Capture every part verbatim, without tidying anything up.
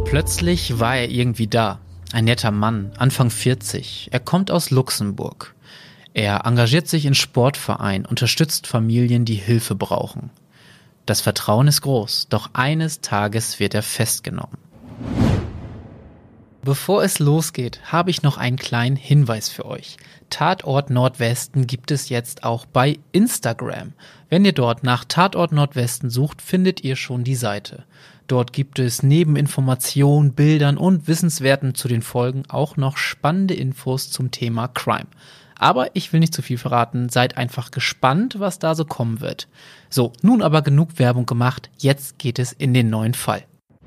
Plötzlich war er irgendwie da. Ein netter Mann, Anfang vierzig. Er kommt aus Luxemburg. Er engagiert sich in Sportvereinen, unterstützt Familien, die Hilfe brauchen. Das Vertrauen ist groß, doch eines Tages wird er festgenommen. Bevor es losgeht, habe ich noch einen kleinen Hinweis für euch. Tatort Nordwesten gibt es jetzt auch bei Instagram. Wenn ihr dort nach Tatort Nordwesten sucht, findet ihr schon die Seite. Dort gibt es neben Informationen, Bildern und Wissenswerten zu den Folgen auch noch spannende Infos zum Thema Crime. Aber ich will nicht zu viel verraten, seid einfach gespannt, was da so kommen wird. So, nun aber genug Werbung gemacht, jetzt geht es in den neuen Fall.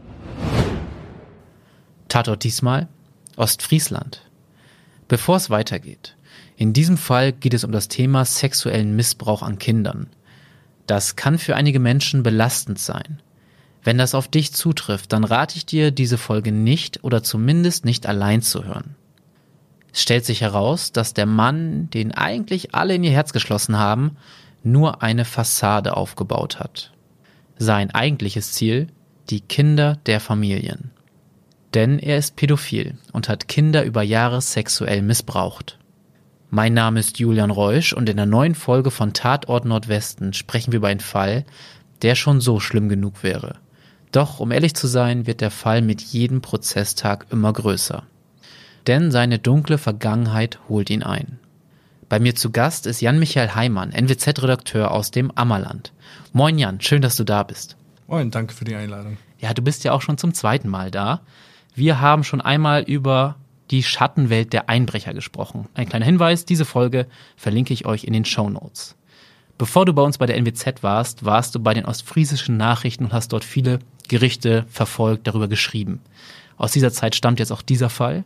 Tatort diesmal Ostfriesland. Bevor es weitergeht, in diesem Fall geht es um das Thema sexuellen Missbrauch an Kindern. Das kann für einige Menschen belastend sein. Wenn das auf dich zutrifft, dann rate ich dir, diese Folge nicht oder zumindest nicht allein zu hören. Es stellt sich heraus, dass der Mann, den eigentlich alle in ihr Herz geschlossen haben, nur eine Fassade aufgebaut hat. Sein eigentliches Ziel: die Kinder der Familien. Denn er ist pädophil und hat Kinder über Jahre sexuell missbraucht. Mein Name ist Julian Reusch und in der neuen Folge von Tatort Nordwesten sprechen wir über einen Fall, der schon so schlimm genug wäre. Doch, um ehrlich zu sein, wird der Fall mit jedem Prozesstag immer größer. Denn seine dunkle Vergangenheit holt ihn ein. Bei mir zu Gast ist Jan-Michael Heimann, N W Z-Redakteur aus dem Ammerland. Moin Jan, schön, dass du da bist. Moin, danke für die Einladung. Ja, du bist ja auch schon zum zweiten Mal da. Wir haben schon einmal über die Schattenwelt der Einbrecher gesprochen. Ein kleiner Hinweis, diese Folge verlinke ich euch in den Shownotes. Bevor du bei uns bei der N W Z warst, warst du bei den ostfriesischen Nachrichten und hast dort viele Gerichte verfolgt, darüber geschrieben. Aus dieser Zeit stammt jetzt auch dieser Fall.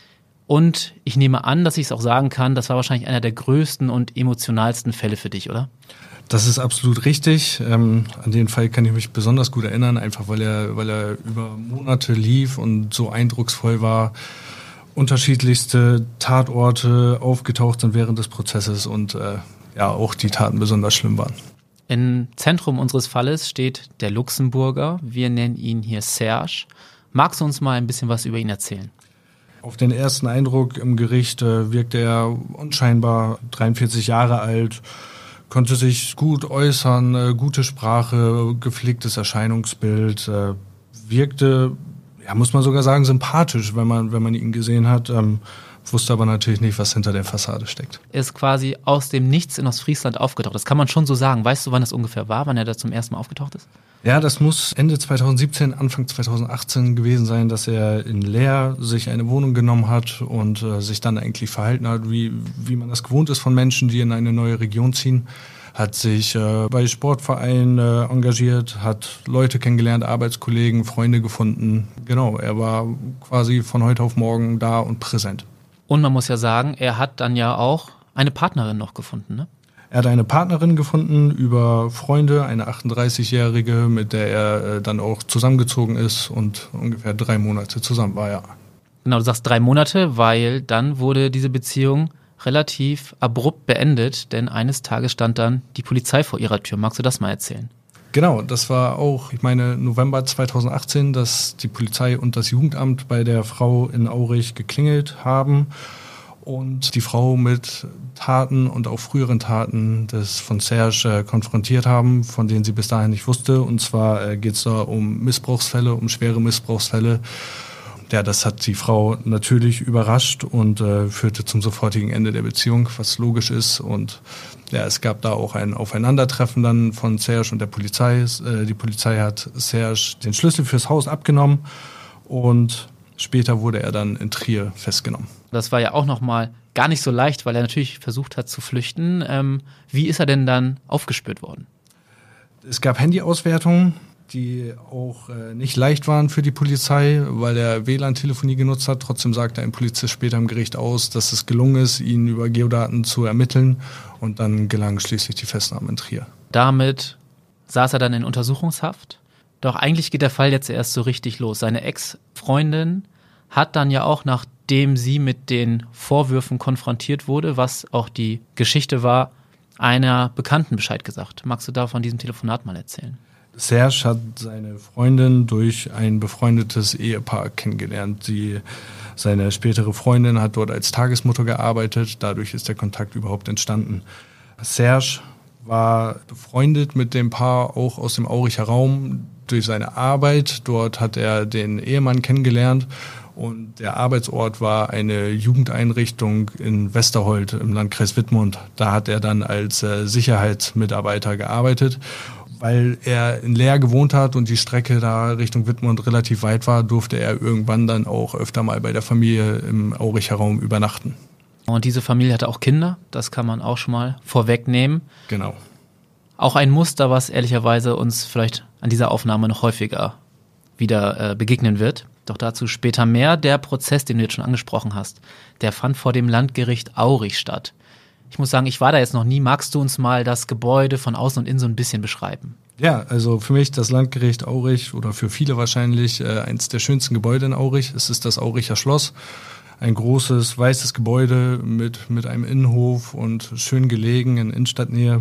Und ich nehme an, dass ich es auch sagen kann, das war wahrscheinlich einer der größten und emotionalsten Fälle für dich, oder? Das ist absolut richtig. Ähm, an den Fall kann ich mich besonders gut erinnern, einfach weil er, weil er über Monate lief und so eindrucksvoll war. Unterschiedlichste Tatorte aufgetaucht sind während des Prozesses und äh, ja, auch die Taten besonders schlimm waren. Im Zentrum unseres Falles steht der Luxemburger. Wir nennen ihn hier Serge. Magst du uns mal ein bisschen was über ihn erzählen? Auf den ersten Eindruck im Gericht äh, wirkte er unscheinbar dreiundvierzig Jahre alt, konnte sich gut äußern, äh, gute Sprache, gepflegtes Erscheinungsbild, äh, wirkte, ja, muss man sogar sagen, sympathisch, wenn man, wenn man ihn gesehen hat. Ähm, wusste aber natürlich nicht, was hinter der Fassade steckt. Er ist quasi aus dem Nichts in Ostfriesland aufgetaucht. Das kann man schon so sagen. Weißt du, wann das ungefähr war, wann er da zum ersten Mal aufgetaucht ist? Ja, das muss Ende zweitausendsiebzehn, Anfang zweitausendachtzehn gewesen sein, dass er in Leer sich eine Wohnung genommen hat und äh, sich dann eigentlich verhalten hat, wie, wie man das gewohnt ist von Menschen, die in eine neue Region ziehen. Hat sich äh, bei Sportvereinen äh, engagiert, hat Leute kennengelernt, Arbeitskollegen, Freunde gefunden. Genau, er war quasi von heute auf morgen da und präsent. Und man muss ja sagen, er hat dann ja auch eine Partnerin noch gefunden, ne? Er hat eine Partnerin gefunden über Freunde, eine achtunddreißigjährige, mit der er äh, dann auch zusammengezogen ist und ungefähr drei Monate zusammen war, ja. Genau, du sagst drei Monate, weil dann wurde diese Beziehung relativ abrupt beendet, denn eines Tages stand dann die Polizei vor ihrer Tür. Magst du das mal erzählen? Genau, das war auch, ich meine, November zweitausendachtzehn, dass die Polizei und das Jugendamt bei der Frau in Aurich geklingelt haben und die Frau mit Taten und auch früheren Taten des von Serge äh, konfrontiert haben, von denen sie bis dahin nicht wusste. Und zwar äh, geht es da um Missbrauchsfälle, um schwere Missbrauchsfälle. Ja, das hat die Frau natürlich überrascht und äh, führte zum sofortigen Ende der Beziehung, was logisch ist. Und ja, es gab da auch ein Aufeinandertreffen dann von Serge und der Polizei. Äh, die Polizei hat Serge den Schlüssel fürs Haus abgenommen und später wurde er dann in Trier festgenommen. Das war ja auch nochmal gar nicht so leicht, weil er natürlich versucht hat zu flüchten. Ähm, wie ist er denn dann aufgespürt worden? Es gab Handyauswertungen, die auch äh, nicht leicht waren für die Polizei, weil er W L A N-Telefonie genutzt hat. Trotzdem sagte ein Polizist später im Gericht aus, dass es gelungen ist, ihn über Geodaten zu ermitteln. Und dann gelang schließlich die Festnahme in Trier. Damit saß er dann in Untersuchungshaft. Doch eigentlich geht der Fall jetzt erst so richtig los. Seine Ex-Freundin hat dann ja auch, nachdem sie mit den Vorwürfen konfrontiert wurde, was auch die Geschichte war, einer Bekannten Bescheid gesagt. Magst du da von diesem Telefonat mal erzählen? Serge hat seine Freundin durch ein befreundetes Ehepaar kennengelernt. Die, seine spätere Freundin hat dort als Tagesmutter gearbeitet. Dadurch ist der Kontakt überhaupt entstanden. Serge war befreundet mit dem Paar auch aus dem Auricher Raum durch seine Arbeit. Dort hat er den Ehemann kennengelernt. Und der Arbeitsort war eine Jugendeinrichtung in Westerhold im Landkreis Wittmund. Da hat er dann als äh, Sicherheitsmitarbeiter gearbeitet. Weil er in Leer gewohnt hat und die Strecke da Richtung Wittmund relativ weit war, durfte er irgendwann dann auch öfter mal bei der Familie im Auricher Raum übernachten. Und diese Familie hatte auch Kinder, das kann man auch schon mal vorwegnehmen. Genau. Auch ein Muster, was ehrlicherweise uns vielleicht an dieser Aufnahme noch häufiger wieder äh, begegnen wird. Doch dazu später mehr. Der Prozess, den du jetzt schon angesprochen hast, der fand vor dem Landgericht Aurich statt. Ich muss sagen, ich war da jetzt noch nie. Magst du uns mal das Gebäude von außen und innen so ein bisschen beschreiben? Ja, also für mich das Landgericht Aurich oder für viele wahrscheinlich äh, eins der schönsten Gebäude in Aurich. Es ist das Auricher Schloss. Ein großes, weißes Gebäude mit, mit einem Innenhof und schön gelegen in Innenstadtnähe.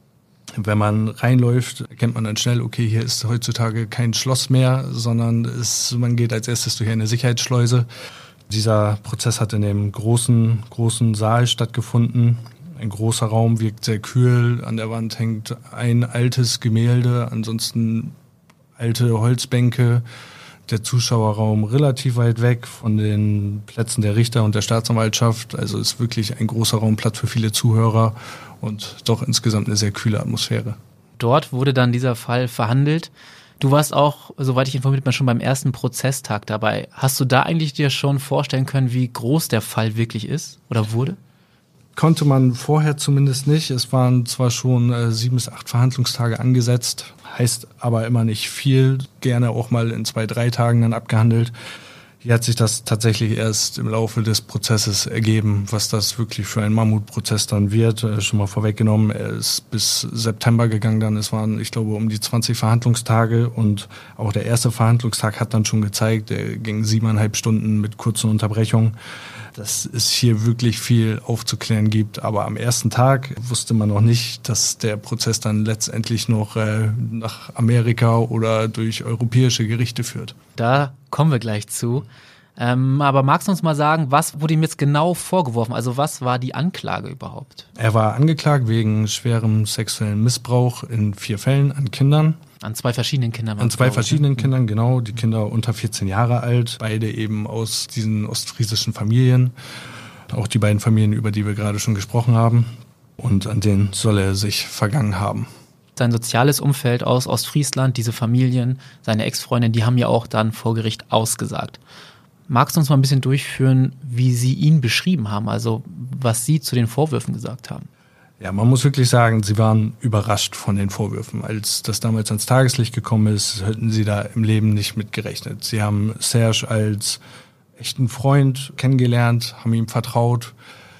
Wenn man reinläuft, erkennt man dann schnell, okay, hier ist heutzutage kein Schloss mehr, sondern es, man geht als erstes durch eine Sicherheitsschleuse. Dieser Prozess hat in dem großen, großen Saal stattgefunden. Ein großer Raum, wirkt sehr kühl. An der Wand hängt ein altes Gemälde, ansonsten alte Holzbänke. Der Zuschauerraum relativ weit weg von den Plätzen der Richter und der Staatsanwaltschaft. Also ist wirklich ein großer Raum, Platz für viele Zuhörer und doch insgesamt eine sehr kühle Atmosphäre. Dort wurde dann dieser Fall verhandelt. Du warst auch, soweit ich informiert bin, schon beim ersten Prozesstag dabei. Hast du da eigentlich dir schon vorstellen können, wie groß der Fall wirklich ist oder wurde? Konnte man vorher zumindest nicht. Es waren zwar schon äh, sieben bis acht Verhandlungstage angesetzt, heißt aber immer nicht viel. Gerne auch mal in zwei, drei Tagen dann abgehandelt. Hier hat sich das tatsächlich erst im Laufe des Prozesses ergeben, was das wirklich für ein Mammutprozess dann wird. Äh, schon mal vorweggenommen, er ist bis September gegangen dann. Es waren, ich glaube, um die zwanzig Verhandlungstage und auch der erste Verhandlungstag hat dann schon gezeigt, er ging siebeneinhalb Stunden mit kurzen Unterbrechungen. Dass es hier wirklich viel aufzuklären gibt. Aber am ersten Tag wusste man noch nicht, dass der Prozess dann letztendlich noch äh, nach Amerika oder durch europäische Gerichte führt. Da kommen wir gleich zu. Ähm, aber magst du uns mal sagen, was wurde ihm jetzt genau vorgeworfen? Also was war die Anklage überhaupt? Er war angeklagt wegen schwerem sexuellen Missbrauch in vier Fällen an Kindern. An zwei verschiedenen Kindern? An zwei verschiedenen Kindern, genau. Die Kinder unter vierzehn Jahre alt, beide eben aus diesen ostfriesischen Familien. Auch die beiden Familien, über die wir gerade schon gesprochen haben. Und an denen soll er sich vergangen haben. Sein soziales Umfeld aus Ostfriesland, diese Familien, seine Ex-Freundin, die haben ja auch dann vor Gericht ausgesagt. Magst du uns mal ein bisschen durchführen, wie sie ihn beschrieben haben, also was sie zu den Vorwürfen gesagt haben? Ja, man muss wirklich sagen, sie waren überrascht von den Vorwürfen. Als das damals ans Tageslicht gekommen ist, hätten sie da im Leben nicht mit gerechnet. Sie haben Serge als echten Freund kennengelernt, haben ihm vertraut.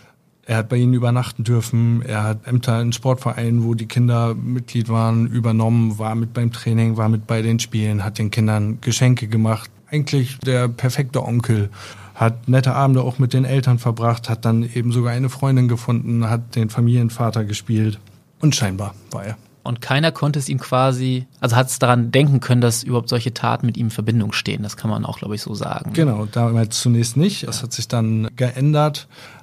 Er hat bei ihnen übernachten dürfen. Er hat Ämter in Sportvereinen, wo die Kinder Mitglied waren, übernommen, war mit beim Training, war mit bei den Spielen, hat den Kindern Geschenke gemacht. Eigentlich der perfekte Onkel. Hat nette Abende auch mit den Eltern verbracht, hat dann eben sogar eine Freundin gefunden, hat den Familienvater gespielt. Und scheinbar war er. Und keiner konnte es ihm quasi, also hat es daran denken können, dass überhaupt solche Taten mit ihm in Verbindung stehen. Das kann man auch, glaube ich, so sagen. Genau, damals zunächst nicht. Das hat sich dann geändert,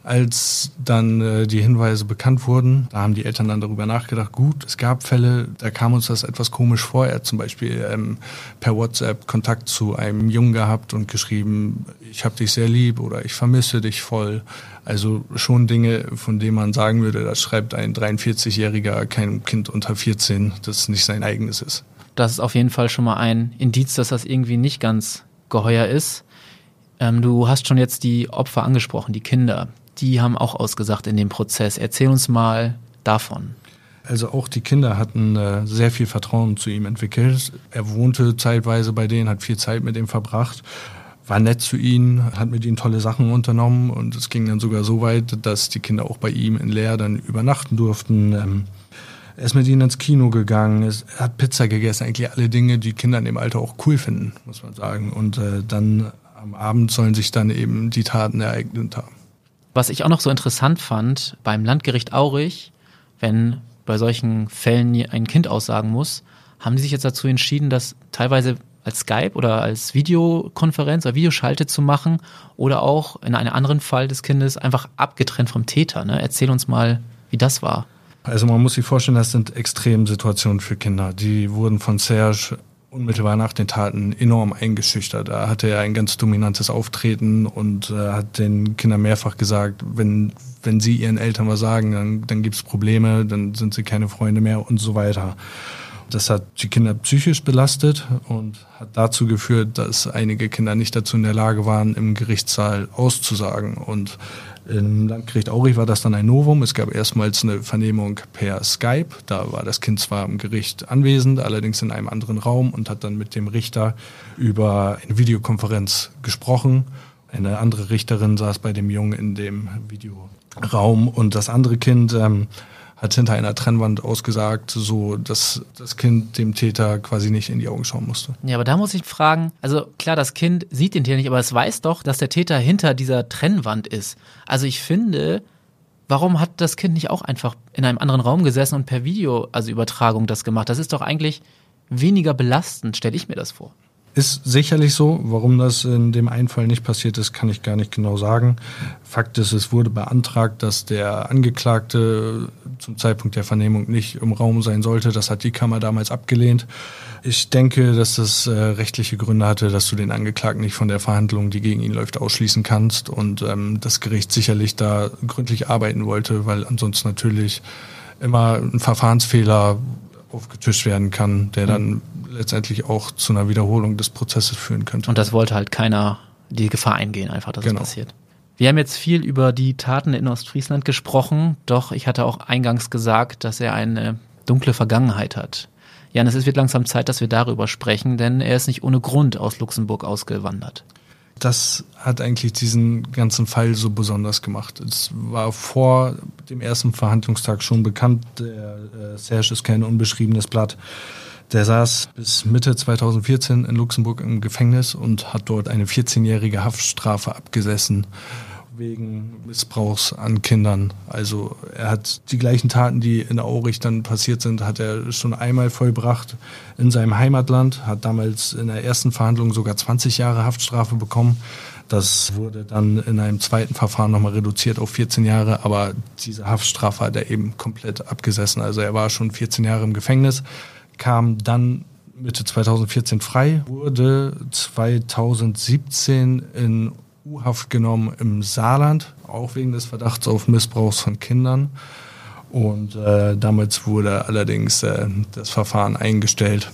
als dann äh, die Hinweise bekannt wurden. Da haben die Eltern dann darüber nachgedacht, gut, es gab Fälle, da kam uns das etwas komisch vor. Er hat zum Beispiel ähm, per WhatsApp Kontakt zu einem Jungen gehabt und geschrieben, ich habe dich sehr lieb oder ich vermisse dich voll. Also schon Dinge, von denen man sagen würde, das schreibt ein dreiundvierzigjähriger kein Kind unter vierzehn, das nicht sein eigenes ist. Das ist auf jeden Fall schon mal ein Indiz, dass das irgendwie nicht ganz geheuer ist. Ähm, du hast schon jetzt die Opfer angesprochen, die Kinder. Die haben auch ausgesagt in dem Prozess. Erzähl uns mal davon. Also auch die Kinder hatten äh, sehr viel Vertrauen zu ihm entwickelt. Er wohnte zeitweise bei denen, hat viel Zeit mit ihm verbracht. War nett zu ihnen, hat mit ihnen tolle Sachen unternommen und es ging dann sogar so weit, dass die Kinder auch bei ihm in Leer dann übernachten durften. Ähm, er ist mit ihnen ins Kino gegangen, er hat Pizza gegessen, eigentlich alle Dinge, die Kinder in dem Alter auch cool finden, muss man sagen. Und äh, dann am Abend sollen sich dann eben die Taten ereignet haben. Was ich auch noch so interessant fand, beim Landgericht Aurich, wenn bei solchen Fällen ein Kind aussagen muss, haben die sich jetzt dazu entschieden, das teilweise als Skype oder als Videokonferenz oder Videoschalte zu machen oder auch in einem anderen Fall des Kindes einfach abgetrennt vom Täter. Ne? Erzähl uns mal, wie das war. Also man muss sich vorstellen, das sind Extremsituationen für Kinder. Die wurden von Serge unmittelbar nach den Taten enorm eingeschüchtert. Da hatte er ein ganz dominantes Auftreten und äh, hat den Kindern mehrfach gesagt, wenn, wenn sie ihren Eltern was sagen, dann, dann gibt es Probleme, dann sind sie keine Freunde mehr und so weiter. Das hat die Kinder psychisch belastet und hat dazu geführt, dass einige Kinder nicht dazu in der Lage waren, im Gerichtssaal auszusagen. Und im Landgericht Aurich war das dann ein Novum. Es gab erstmals eine Vernehmung per Skype. Da war das Kind zwar im Gericht anwesend, allerdings in einem anderen Raum und hat dann mit dem Richter über eine Videokonferenz gesprochen. Eine andere Richterin saß bei dem Jungen in dem Videoraum und das andere Kind ähm, hat hinter einer Trennwand ausgesagt, so dass das Kind dem Täter quasi nicht in die Augen schauen musste. Ja, aber da muss ich fragen, also klar, das Kind sieht den Täter nicht, aber es weiß doch, dass der Täter hinter dieser Trennwand ist. Also ich finde, warum hat das Kind nicht auch einfach in einem anderen Raum gesessen und per Video, also Übertragung das gemacht? Das ist doch eigentlich weniger belastend, stelle ich mir das vor. Ist sicherlich so. Warum das in dem einen Fall nicht passiert ist, kann ich gar nicht genau sagen. Fakt ist, es wurde beantragt, dass der Angeklagte zum Zeitpunkt der Vernehmung nicht im Raum sein sollte. Das hat die Kammer damals abgelehnt. Ich denke, dass das äh, rechtliche Gründe hatte, dass du den Angeklagten nicht von der Verhandlung, die gegen ihn läuft, ausschließen kannst und ähm, das Gericht sicherlich da gründlich arbeiten wollte, weil ansonsten natürlich immer ein Verfahrensfehler aufgetischt werden kann, der dann letztendlich auch zu einer Wiederholung des Prozesses führen könnte. Und das wollte halt keiner die Gefahr eingehen, einfach, dass genau. es passiert. Wir haben jetzt viel über die Taten in Ostfriesland gesprochen, doch ich hatte auch eingangs gesagt, dass er eine dunkle Vergangenheit hat. Jan, es wird langsam Zeit, dass wir darüber sprechen, denn er ist nicht ohne Grund aus Luxemburg ausgewandert. Das hat eigentlich diesen ganzen Fall so besonders gemacht. Es war vor dem ersten Verhandlungstag schon bekannt, der äh, Serge ist kein unbeschriebenes Blatt. Der saß bis Mitte zweitausendvierzehn in Luxemburg im Gefängnis und hat dort eine vierzehnjährige Haftstrafe abgesessen wegen Missbrauchs an Kindern. Also er hat die gleichen Taten, die in Aurich dann passiert sind, hat er schon einmal vollbracht in seinem Heimatland, hat damals in der ersten Verhandlung sogar zwanzig Jahre Haftstrafe bekommen. Das wurde dann in einem zweiten Verfahren nochmal reduziert auf vierzehn Jahre, aber diese Haftstrafe hat er eben komplett abgesessen. Also er war schon vierzehn Jahre im Gefängnis, kam dann Mitte zweitausendvierzehn frei, wurde zweitausendsiebzehn in U-Haft genommen im Saarland, auch wegen des Verdachts auf Missbrauchs von Kindern. Und äh, damals wurde allerdings äh, das Verfahren eingestellt.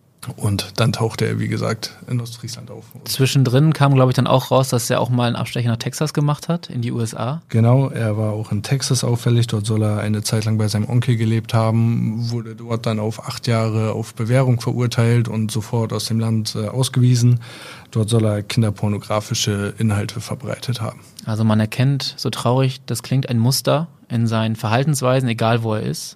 Und dann tauchte er, wie gesagt, in Ostfriesland auf. Zwischendrin kam, glaube ich, dann auch raus, dass er auch mal einen Abstecher nach Texas gemacht hat, in die U S A. Genau, er war auch in Texas auffällig. Dort soll er eine Zeit lang bei seinem Onkel gelebt haben, wurde dort dann auf acht Jahre auf Bewährung verurteilt und sofort aus dem Land äh, ausgewiesen. Dort soll er kinderpornografische Inhalte verbreitet haben. Also man erkennt, so traurig das klingt, ein Muster in seinen Verhaltensweisen, egal wo er ist.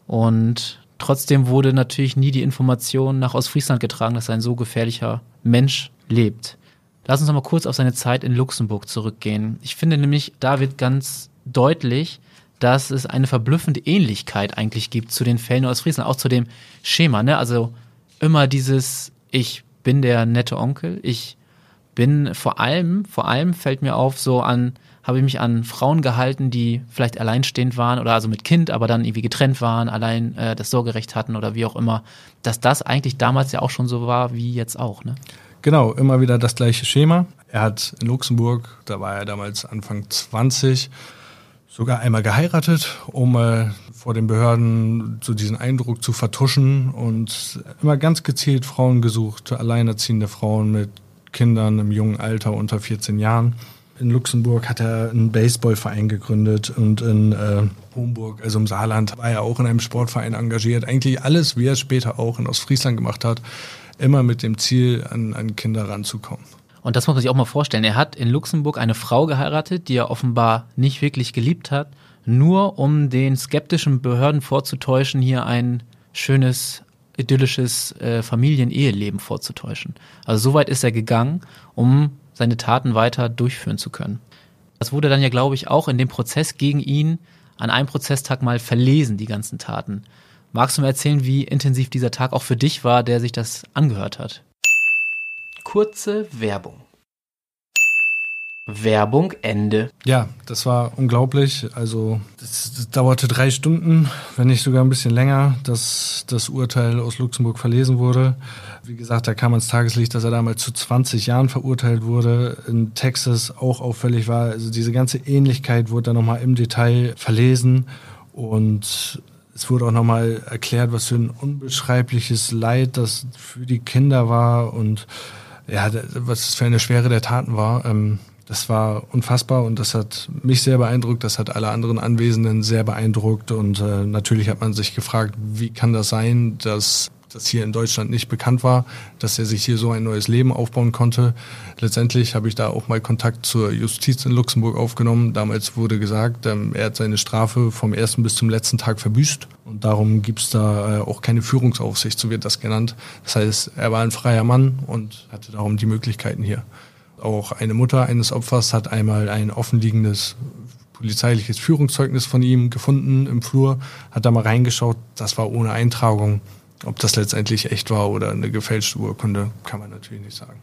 Und trotzdem wurde natürlich nie die Information nach Ostfriesland getragen, dass ein so gefährlicher Mensch lebt. Lass uns noch mal kurz auf seine Zeit in Luxemburg zurückgehen. Ich finde nämlich, da wird ganz deutlich, dass es eine verblüffende Ähnlichkeit eigentlich gibt zu den Fällen in Ostfriesland, auch zu dem Schema, ne? Also immer dieses, ich bin der nette Onkel, ich bin vor allem, vor allem fällt mir auf, so an, habe ich mich an Frauen gehalten, die vielleicht alleinstehend waren oder also mit Kind, aber dann irgendwie getrennt waren, allein äh, das Sorgerecht hatten oder wie auch immer, dass das eigentlich damals ja auch schon so war wie jetzt auch, ne? Genau, immer wieder das gleiche Schema. Er hat in Luxemburg, da war er damals Anfang zwanzig, sogar einmal geheiratet, um äh, vor den Behörden so diesen Eindruck zu vertuschen und immer ganz gezielt Frauen gesucht, alleinerziehende Frauen mit Kindern im jungen Alter unter vierzehn Jahren. In Luxemburg hat er einen Baseballverein gegründet und in äh, Homburg, also im Saarland, war er auch in einem Sportverein engagiert. Eigentlich alles, wie er später auch in Ostfriesland gemacht hat, immer mit dem Ziel, an, an Kinder ranzukommen. Und das muss man sich auch mal vorstellen. Er hat in Luxemburg eine Frau geheiratet, die er offenbar nicht wirklich geliebt hat, nur um den skeptischen Behörden vorzutäuschen, hier ein schönes, idyllisches äh, Familien-Eheleben vorzutäuschen. Also so weit ist er gegangen, um seine Taten weiter durchführen zu können. Das wurde dann ja, glaube ich, auch in dem Prozess gegen ihn an einem Prozesstag mal verlesen, die ganzen Taten. Magst du mir erzählen, wie intensiv dieser Tag auch für dich war, der sich das angehört hat? Kurze Werbung. Werbung, Ende. Ja, das war unglaublich. Also das, das dauerte drei Stunden, wenn nicht sogar ein bisschen länger, dass das Urteil aus Luxemburg verlesen wurde. Wie gesagt, da kam ans Tageslicht, dass er damals zu zwanzig Jahren verurteilt wurde. In Texas auch auffällig war. Also diese ganze Ähnlichkeit wurde dann nochmal im Detail verlesen. Und es wurde auch nochmal erklärt, was für ein unbeschreibliches Leid das für die Kinder war und ja, was für eine Schwere der Taten war. Das war unfassbar und das hat mich sehr beeindruckt, das hat alle anderen Anwesenden sehr beeindruckt und äh, natürlich hat man sich gefragt, wie kann das sein, dass das hier in Deutschland nicht bekannt war, dass er sich hier so ein neues Leben aufbauen konnte. Letztendlich habe ich da auch mal Kontakt zur Justiz in Luxemburg aufgenommen. Damals wurde gesagt, ähm, er hat seine Strafe vom ersten bis zum letzten Tag verbüßt und darum gibt es da äh, auch keine Führungsaufsicht, so wird das genannt. Das heißt, er war ein freier Mann und hatte darum die Möglichkeiten hier. Auch eine Mutter eines Opfers hat einmal ein offenliegendes polizeiliches Führungszeugnis von ihm gefunden im Flur, hat da mal reingeschaut, das war ohne Eintragung. Ob das letztendlich echt war oder eine gefälschte Urkunde, kann man natürlich nicht sagen.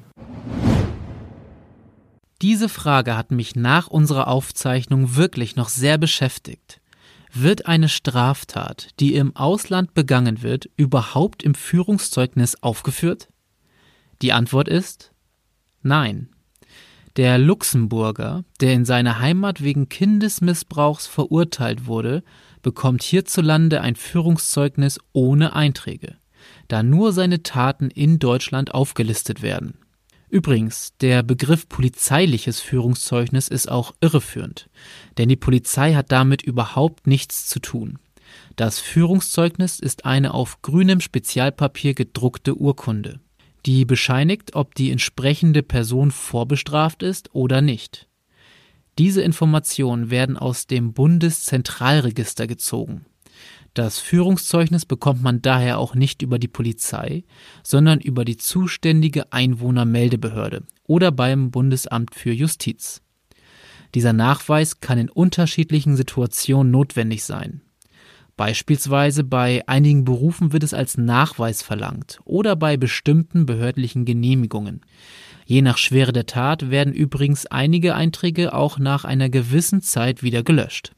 Diese Frage hat mich nach unserer Aufzeichnung wirklich noch sehr beschäftigt. Wird eine Straftat, die im Ausland begangen wird, überhaupt im Führungszeugnis aufgeführt? Die Antwort ist nein. Der Luxemburger, der in seiner Heimat wegen Kindesmissbrauchs verurteilt wurde, bekommt hierzulande ein Führungszeugnis ohne Einträge, da nur seine Taten in Deutschland aufgelistet werden. Übrigens, der Begriff polizeiliches Führungszeugnis ist auch irreführend, denn die Polizei hat damit überhaupt nichts zu tun. Das Führungszeugnis ist eine auf grünem Spezialpapier gedruckte Urkunde, die bescheinigt, ob die entsprechende Person vorbestraft ist oder nicht. Diese Informationen werden aus dem Bundeszentralregister gezogen. Das Führungszeugnis bekommt man daher auch nicht über die Polizei, sondern über die zuständige Einwohnermeldebehörde oder beim Bundesamt für Justiz. Dieser Nachweis kann in unterschiedlichen Situationen notwendig sein. Beispielsweise bei einigen Berufen wird es als Nachweis verlangt oder bei bestimmten behördlichen Genehmigungen. Je nach Schwere der Tat werden übrigens einige Einträge auch nach einer gewissen Zeit wieder gelöscht.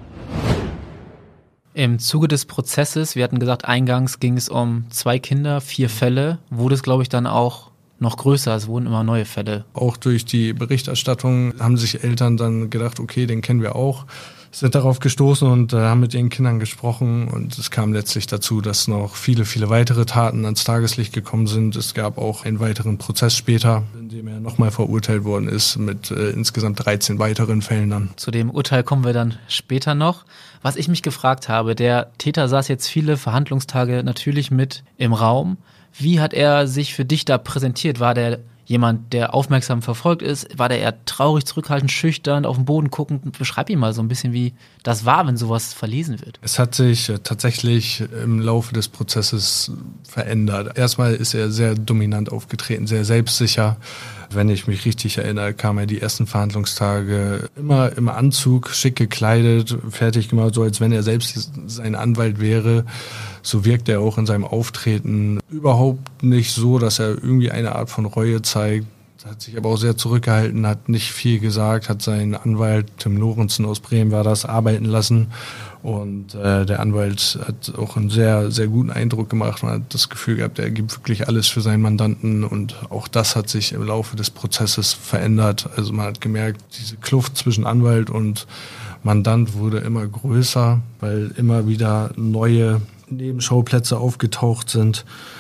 Im Zuge des Prozesses, wir hatten gesagt, eingangs ging es um zwei Kinder, vier Fälle, wurde es, glaube ich, dann auch noch größer, es wurden immer neue Fälle. Auch durch die Berichterstattung haben sich Eltern dann gedacht, okay, den kennen wir auch, sind darauf gestoßen und äh, haben mit ihren Kindern gesprochen und es kam letztlich dazu, dass noch viele, viele weitere Taten ans Tageslicht gekommen sind. Es gab auch einen weiteren Prozess später, in dem er nochmal verurteilt worden ist mit äh, insgesamt dreizehn weiteren Fällen dann. Zu dem Urteil kommen wir dann später noch. Was ich mich gefragt habe, der Täter saß jetzt viele Verhandlungstage natürlich mit im Raum. Wie hat er sich für dich da präsentiert? War der jemand, der aufmerksam verfolgt ist? War der eher traurig, zurückhaltend, schüchtern, auf den Boden guckend? Beschreib ihm mal so ein bisschen, wie das war, wenn sowas verlesen wird. Es hat sich äh, tatsächlich im Laufe des Prozesses verändert. Erstmal ist er sehr dominant aufgetreten, sehr selbstsicher. Wenn ich mich richtig erinnere, kam er die ersten Verhandlungstage immer im Anzug, schick gekleidet, fertig gemacht, so als wenn er selbst sein Anwalt wäre. So wirkt er auch in seinem Auftreten überhaupt nicht so, dass er irgendwie eine Art von Reue zeigt. Hat sich aber auch sehr zurückgehalten, hat nicht viel gesagt, hat seinen Anwalt, Tim Lorenzen aus Bremen war das, arbeiten lassen. Und äh, der Anwalt hat auch einen sehr, sehr guten Eindruck gemacht. Man hat das Gefühl gehabt, er gibt wirklich alles für seinen Mandanten. Und auch das hat sich im Laufe des Prozesses verändert. Also man hat gemerkt, diese Kluft zwischen Anwalt und Mandant wurde immer größer, weil immer wieder neue Nebenschauplätze aufgetaucht sind.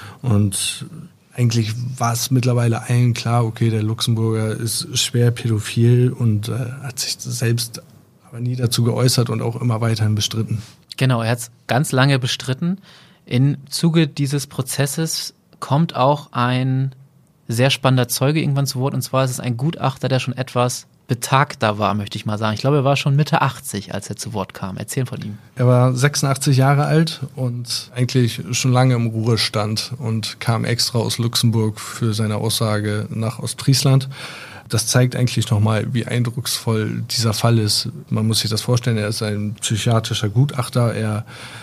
Und eigentlich war es mittlerweile allen klar, okay, der Luxemburger ist schwer pädophil und äh, hat sich selbst aber nie dazu geäußert und auch immer weiterhin bestritten. Genau, er hat es ganz lange bestritten. Im Zuge dieses Prozesses kommt auch ein sehr spannender Zeuge irgendwann zu Wort, und zwar ist es ein Gutachter, der schon etwas betagter war, möchte ich mal sagen. Ich glaube, er war schon Mitte achtzig, als er zu Wort kam. Erzähl von ihm. Er war sechsundachtzig Jahre alt und eigentlich schon lange im Ruhestand und kam extra aus Luxemburg für seine Aussage nach Ostfriesland. Das zeigt eigentlich nochmal, wie eindrucksvoll dieser Fall ist. Man muss sich das vorstellen, er ist ein psychiatrischer Gutachter. Er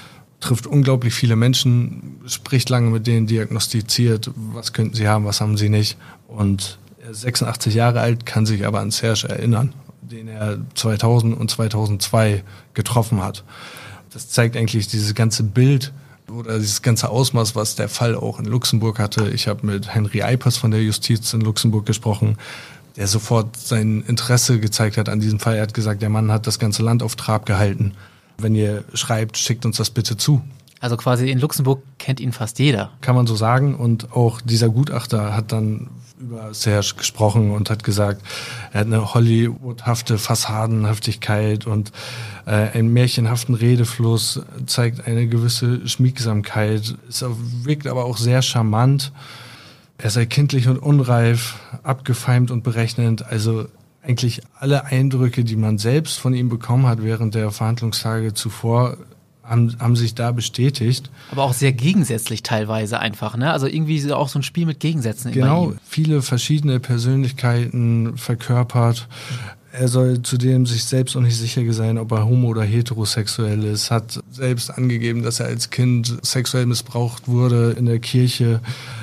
trifft unglaublich viele Menschen, spricht lange mit denen, diagnostiziert, was könnten sie haben, was haben sie nicht. Und er ist sechsundachtzig Jahre alt, kann sich aber an Serge erinnern, den er zweitausend und zweitausendzwei getroffen hat. Das zeigt eigentlich dieses ganze Bild oder dieses ganze Ausmaß, was der Fall auch in Luxemburg hatte. Ich habe mit Henry Eipers von der Justiz in Luxemburg gesprochen, der sofort sein Interesse gezeigt hat an diesem Fall. Er hat gesagt, der Mann hat das ganze Land auf Trab gehalten. Wenn ihr schreibt, schickt uns das bitte zu. Also quasi in Luxemburg kennt ihn fast jeder. Kann man so sagen. Und auch dieser Gutachter hat dann über Serge gesprochen und hat gesagt, er hat eine Hollywoodhafte Fassadenhaftigkeit und äh, einen märchenhaften Redefluss, zeigt eine gewisse Schmiegsamkeit, ist, wirkt aber auch sehr charmant. Er sei kindlich und unreif, abgefeimt und berechnend. Also eigentlich alle Eindrücke, die man selbst von ihm bekommen hat während der Verhandlungstage zuvor, haben, haben sich da bestätigt. Aber auch sehr gegensätzlich teilweise einfach, ne? Also irgendwie auch so ein Spiel mit Gegensätzen. Genau, viele verschiedene Persönlichkeiten verkörpert. Er soll zudem sich selbst noch nicht sicher sein, ob er homo- oder heterosexuell ist. Hat selbst angegeben, dass er als Kind sexuell missbraucht wurde in der Kirche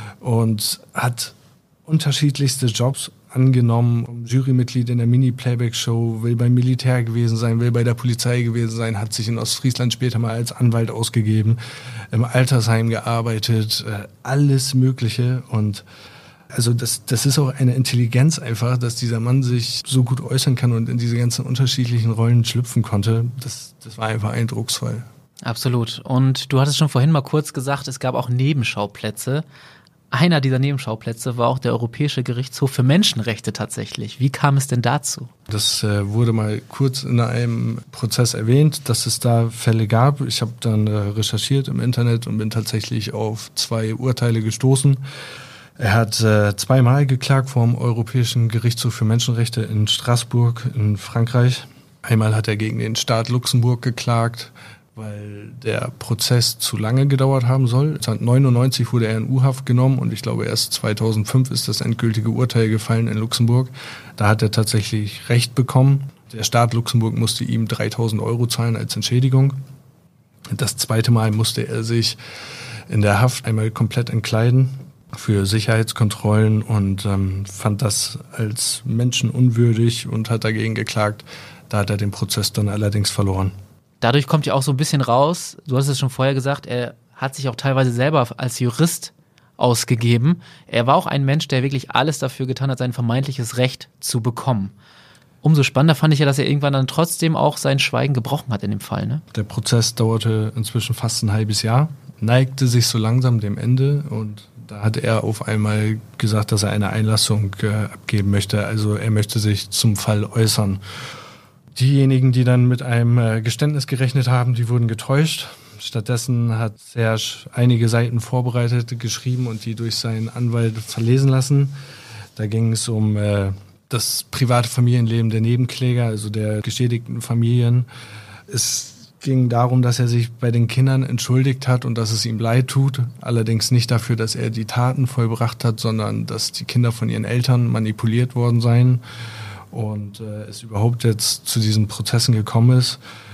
und hat unterschiedlichste Jobs angenommen. Jurymitglied in der Mini-Playback-Show, will beim Militär gewesen sein, will bei der Polizei gewesen sein, hat sich in Ostfriesland später mal als Anwalt ausgegeben, im Altersheim gearbeitet, alles Mögliche. Und also das, das ist auch eine Intelligenz einfach, dass dieser Mann sich so gut äußern kann und in diese ganzen unterschiedlichen Rollen schlüpfen konnte. Das, das war einfach eindrucksvoll. Absolut. Und du hattest schon vorhin mal kurz gesagt, es gab auch Nebenschauplätze. Einer dieser Nebenschauplätze war auch der Europäische Gerichtshof für Menschenrechte tatsächlich. Wie kam es denn dazu? Das äh, wurde mal kurz in einem Prozess erwähnt, dass es da Fälle gab. Ich habe dann äh, recherchiert im Internet und bin tatsächlich auf zwei Urteile gestoßen. Er hat äh, zweimal geklagt vor dem Europäischen Gerichtshof für Menschenrechte in Straßburg in Frankreich. Einmal hat er gegen den Staat Luxemburg geklagt, weil der Prozess zu lange gedauert haben soll. neunzehnhundertneunundneunzig wurde er in U-Haft genommen und ich glaube erst zweitausendfünf ist das endgültige Urteil gefallen in Luxemburg. Da hat er tatsächlich Recht bekommen. Der Staat Luxemburg musste ihm dreitausend Euro zahlen als Entschädigung. Das zweite Mal musste er sich in der Haft einmal komplett entkleiden für Sicherheitskontrollen und ähm, fand das als menschenunwürdig und hat dagegen geklagt. Da hat er den Prozess dann allerdings verloren. Dadurch kommt ja auch so ein bisschen raus, du hast es schon vorher gesagt, er hat sich auch teilweise selber als Jurist ausgegeben. Er war auch ein Mensch, der wirklich alles dafür getan hat, sein vermeintliches Recht zu bekommen. Umso spannender fand ich ja, dass er irgendwann dann trotzdem auch sein Schweigen gebrochen hat in dem Fall, ne? Der Prozess dauerte inzwischen fast ein halbes Jahr, neigte sich so langsam dem Ende und da hat er auf einmal gesagt, dass er eine Einlassung äh, abgeben möchte. Also er möchte sich zum Fall äußern. Diejenigen, die dann mit einem äh, Geständnis gerechnet haben, die wurden getäuscht. Stattdessen hat Serge einige Seiten vorbereitet, geschrieben und die durch seinen Anwalt verlesen lassen. Da ging es um äh, das private Familienleben der Nebenkläger, also der geschädigten Familien. Es ging darum, dass er sich bei den Kindern entschuldigt hat und dass es ihm leid tut. Allerdings nicht dafür, dass er die Taten vollbracht hat, sondern dass die Kinder von ihren Eltern manipuliert worden seien. Und äh, es überhaupt jetzt zu diesen Prozessen gekommen ist.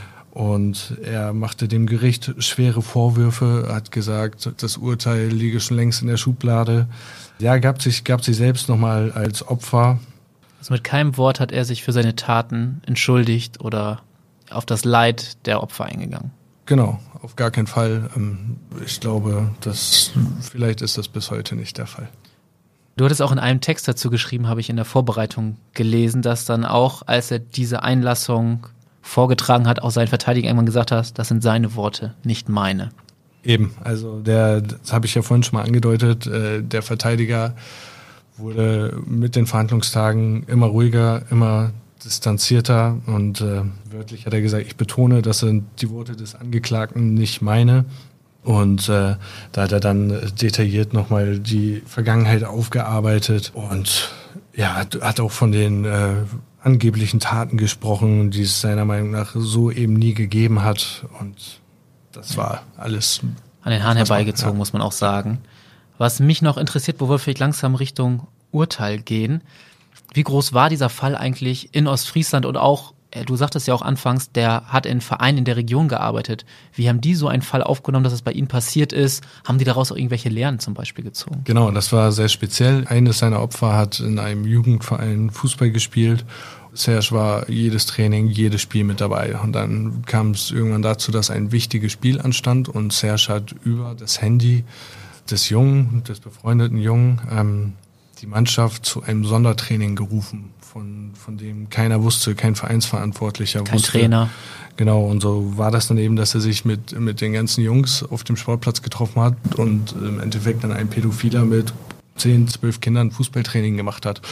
Und er machte dem Gericht schwere Vorwürfe, hat gesagt, das Urteil liege schon längst in der Schublade. Ja, gab sich, gab sich selbst nochmal als Opfer. Also mit keinem Wort hat er sich für seine Taten entschuldigt oder auf das Leid der Opfer eingegangen. Genau, auf gar keinen Fall. Ich glaube, dass vielleicht ist das bis heute nicht der Fall. Du hattest auch in einem Text dazu geschrieben, habe ich in der Vorbereitung gelesen, dass dann auch, als er diese Einlassung vorgetragen hat, auch sein Verteidiger irgendwann gesagt hat, das sind seine Worte, nicht meine. Eben, also der, das habe ich ja vorhin schon mal angedeutet, äh, der Verteidiger wurde mit den Verhandlungstagen immer ruhiger, immer distanzierter und äh, wörtlich hat er gesagt, ich betone, das sind die Worte des Angeklagten, nicht meine. Und äh, da hat er dann detailliert nochmal die Vergangenheit aufgearbeitet und ja, hat, hat auch von den äh, angeblichen Taten gesprochen, die es seiner Meinung nach so eben nie gegeben hat. Und das war alles an den Haaren herbeigezogen, ja. Muss man auch sagen. Was mich noch interessiert, wo wir vielleicht langsam Richtung Urteil gehen, wie groß war dieser Fall eigentlich in Ostfriesland und auch du sagtest ja auch anfangs, der hat in Vereinen in der Region gearbeitet. Wie haben die so einen Fall aufgenommen, dass es bei ihnen passiert ist? Haben die daraus auch irgendwelche Lehren zum Beispiel gezogen? Genau, das war sehr speziell. Eines seiner Opfer hat in einem Jugendverein Fußball gespielt. Serge war jedes Training, jedes Spiel mit dabei. Und dann kam es irgendwann dazu, dass ein wichtiges Spiel anstand und Serge hat über das Handy des Jungen, des befreundeten Jungen, ähm, die Mannschaft zu einem Sondertraining gerufen, von, von dem keiner wusste, kein Vereinsverantwortlicher kein wusste. Kein Trainer. Genau, und so war das dann eben, dass er sich mit, mit den ganzen Jungs auf dem Sportplatz getroffen hat und im Endeffekt dann ein Pädophiler mit zehn, zwölf Kindern Fußballtraining gemacht hat.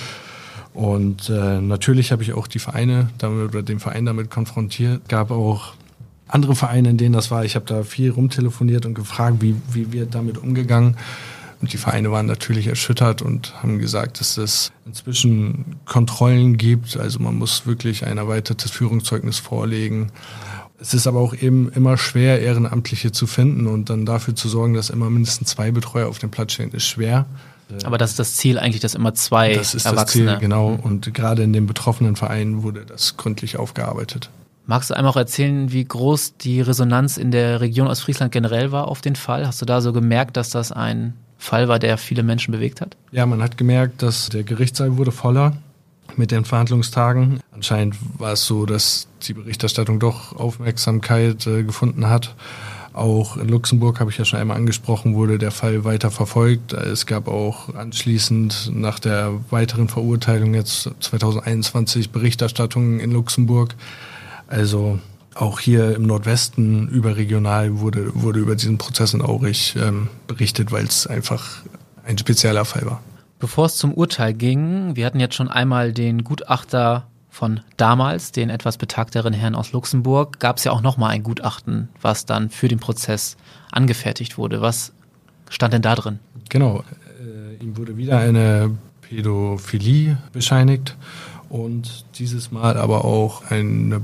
Und äh, natürlich habe ich auch die Vereine damit oder den Verein damit konfrontiert. Gab auch andere Vereine, in denen das war. Ich habe da viel rumtelefoniert und gefragt, wie, wie wird damit umgegangen. Und die Vereine waren natürlich erschüttert und haben gesagt, dass es inzwischen Kontrollen gibt. Also man muss wirklich ein erweitertes Führungszeugnis vorlegen. Es ist aber auch eben immer schwer, Ehrenamtliche zu finden und dann dafür zu sorgen, dass immer mindestens zwei Betreuer auf dem Platz stehen, ist schwer. Aber das ist das Ziel eigentlich, dass immer zwei das ist Erwachsene... Das Ziel, genau. Und gerade in den betroffenen Vereinen wurde das gründlich aufgearbeitet. Magst du einmal auch erzählen, wie groß die Resonanz in der Region Ostfriesland generell war auf den Fall? Hast du da so gemerkt, dass das ein Fall war, der viele Menschen bewegt hat? Ja, man hat gemerkt, dass der Gerichtssaal wurde voller mit den Verhandlungstagen. Anscheinend war es so, dass die Berichterstattung doch Aufmerksamkeit äh, gefunden hat. Auch in Luxemburg, habe ich ja schon einmal angesprochen, wurde der Fall weiter verfolgt. Es gab auch anschließend nach der weiteren Verurteilung jetzt zwanzig einundzwanzig Berichterstattungen in Luxemburg. Also auch hier im Nordwesten überregional wurde, wurde über diesen Prozess in Aurich ähm, berichtet, weil es einfach ein spezieller Fall war. Bevor es zum Urteil ging, wir hatten jetzt schon einmal den Gutachter von damals, den etwas betagteren Herrn aus Luxemburg, gab es ja auch nochmal ein Gutachten, was dann für den Prozess angefertigt wurde. Was stand denn da drin? Genau, äh, ihm wurde wieder eine Pädophilie bescheinigt und dieses Mal aber auch eine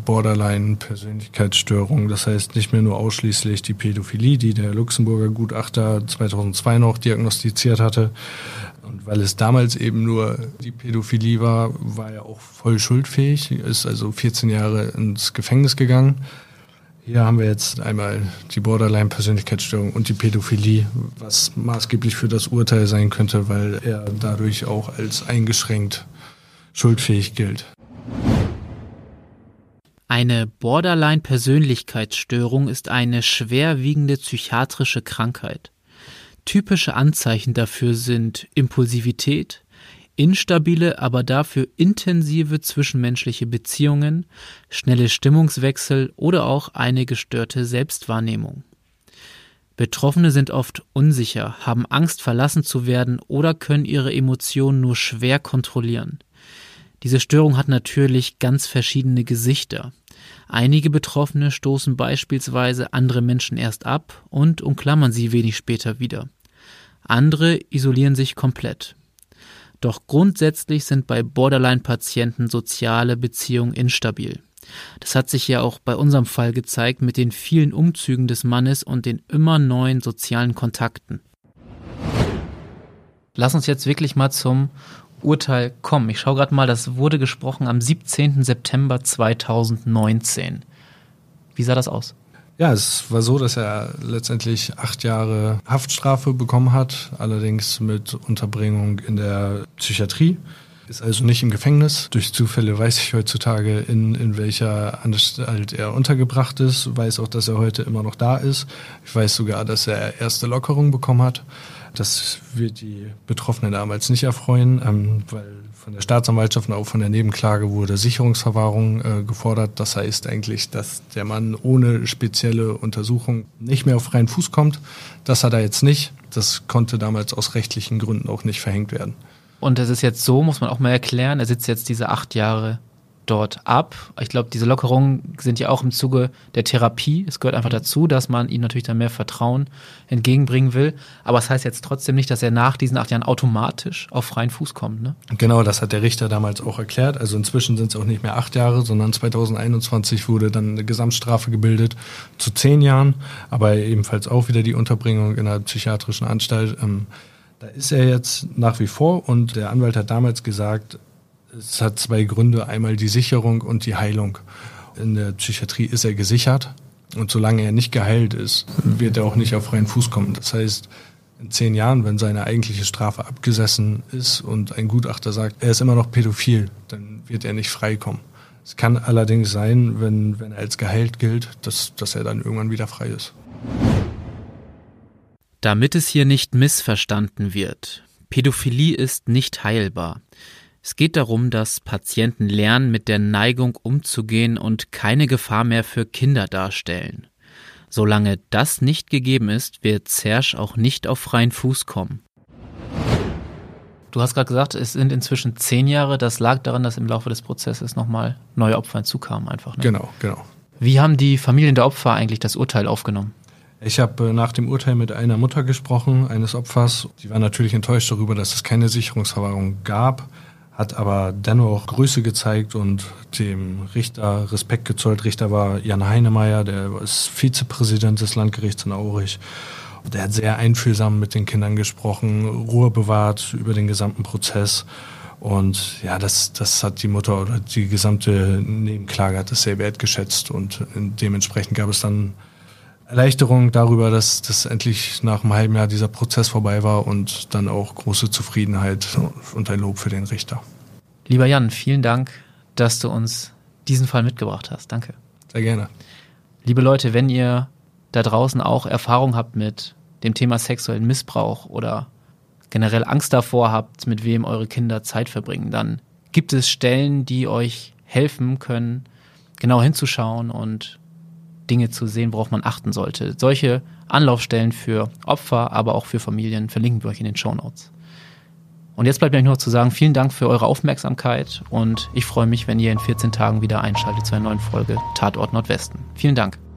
Borderline-Persönlichkeitsstörung. Das heißt nicht mehr nur ausschließlich die Pädophilie, die der Luxemburger Gutachter zweitausendzwei noch diagnostiziert hatte. Und weil es damals eben nur die Pädophilie war, war er auch voll schuldfähig, ist also vierzehn Jahre ins Gefängnis gegangen. Hier haben wir jetzt einmal die Borderline-Persönlichkeitsstörung und die Pädophilie, was maßgeblich für das Urteil sein könnte, weil er dadurch auch als eingeschränkt schuldfähig gilt. Eine Borderline-Persönlichkeitsstörung ist eine schwerwiegende psychiatrische Krankheit. Typische Anzeichen dafür sind Impulsivität, instabile, aber dafür intensive zwischenmenschliche Beziehungen, schnelle Stimmungswechsel oder auch eine gestörte Selbstwahrnehmung. Betroffene sind oft unsicher, haben Angst, verlassen zu werden oder können ihre Emotionen nur schwer kontrollieren. Diese Störung hat natürlich ganz verschiedene Gesichter. Einige Betroffene stoßen beispielsweise andere Menschen erst ab und umklammern sie wenig später wieder. Andere isolieren sich komplett. Doch grundsätzlich sind bei Borderline-Patienten soziale Beziehungen instabil. Das hat sich ja auch bei unserem Fall gezeigt mit den vielen Umzügen des Mannes und den immer neuen sozialen Kontakten. Lass uns jetzt wirklich mal zum Urteil kommen. Ich schaue gerade mal, das wurde gesprochen am siebzehnten September zweitausendneunzehn. Wie sah das aus? Ja, es war so, dass er letztendlich acht Jahre Haftstrafe bekommen hat, allerdings mit Unterbringung in der Psychiatrie. Ist also nicht im Gefängnis. Durch Zufälle weiß ich heutzutage, in, in welcher Anstalt er untergebracht ist. Weiß auch, dass er heute immer noch da ist. Ich weiß sogar, dass er erste Lockerung bekommen hat. Das wird die Betroffenen damals nicht erfreuen, ähm, weil von der Staatsanwaltschaft und auch von der Nebenklage wurde Sicherungsverwahrung äh, gefordert. Das heißt eigentlich, dass der Mann ohne spezielle Untersuchung nicht mehr auf freien Fuß kommt. Das hat er jetzt nicht. Das konnte damals aus rechtlichen Gründen auch nicht verhängt werden. Und es ist jetzt so, muss man auch mal erklären, er sitzt jetzt diese acht Jahre dort ab. Ich glaube, diese Lockerungen sind ja auch im Zuge der Therapie. Es gehört einfach dazu, dass man ihm natürlich dann mehr Vertrauen entgegenbringen will. Aber es das heißt jetzt trotzdem nicht, dass er nach diesen acht Jahren automatisch auf freien Fuß kommt, ne? Genau, das hat der Richter damals auch erklärt. Also inzwischen sind es auch nicht mehr acht Jahre, sondern zweitausendeinundzwanzig wurde dann eine Gesamtstrafe gebildet zu zehn Jahren. Aber ebenfalls auch wieder die Unterbringung in einer psychiatrischen Anstalt. Ähm, da ist er jetzt nach wie vor und der Anwalt hat damals gesagt, Es hat zwei Gründe, einmal die Sicherung und die Heilung. In der Psychiatrie ist er gesichert und solange er nicht geheilt ist, wird er auch nicht auf freien Fuß kommen. Das heißt, in zehn Jahren, wenn seine eigentliche Strafe abgesessen ist und ein Gutachter sagt, er ist immer noch pädophil, dann wird er nicht freikommen. Es kann allerdings sein, wenn, wenn er als geheilt gilt, dass, dass er dann irgendwann wieder frei ist. Damit es hier nicht missverstanden wird, Pädophilie ist nicht heilbar. Es geht darum, dass Patienten lernen, mit der Neigung umzugehen und keine Gefahr mehr für Kinder darstellen. Solange das nicht gegeben ist, wird Serge auch nicht auf freien Fuß kommen. Du hast gerade gesagt, es sind inzwischen zehn Jahre. Das lag daran, dass im Laufe des Prozesses nochmal neue Opfer hinzukamen einfach. Ne? Genau, genau. Wie haben die Familien der Opfer eigentlich das Urteil aufgenommen? Ich habe nach dem Urteil mit einer Mutter gesprochen, eines Opfers. Die war natürlich enttäuscht darüber, dass es keine Sicherungsverwahrung gab, hat aber dennoch Größe gezeigt und dem Richter Respekt gezollt. Richter war Jan Heinemeyer, der ist Vizepräsident des Landgerichts in Aurich. Der hat sehr einfühlsam mit den Kindern gesprochen, Ruhe bewahrt über den gesamten Prozess. Und ja, das, das hat die Mutter oder die gesamte Nebenklage hat das sehr wertgeschätzt. Und dementsprechend gab es dann Erleichterung darüber, dass, dass endlich nach einem halben Jahr dieser Prozess vorbei war und dann auch große Zufriedenheit und ein Lob für den Richter. Lieber Jan, vielen Dank, dass du uns diesen Fall mitgebracht hast. Danke. Sehr gerne. Liebe Leute, wenn ihr da draußen auch Erfahrung habt mit dem Thema sexuellen Missbrauch oder generell Angst davor habt, mit wem eure Kinder Zeit verbringen, dann gibt es Stellen, die euch helfen können, genau hinzuschauen und Dinge zu sehen, worauf man achten sollte. Solche Anlaufstellen für Opfer, aber auch für Familien verlinken wir euch in den Shownotes. Und jetzt bleibt mir nur noch zu sagen, vielen Dank für eure Aufmerksamkeit und ich freue mich, wenn ihr in vierzehn Tagen wieder einschaltet zu einer neuen Folge Tatort Nordwesten. Vielen Dank.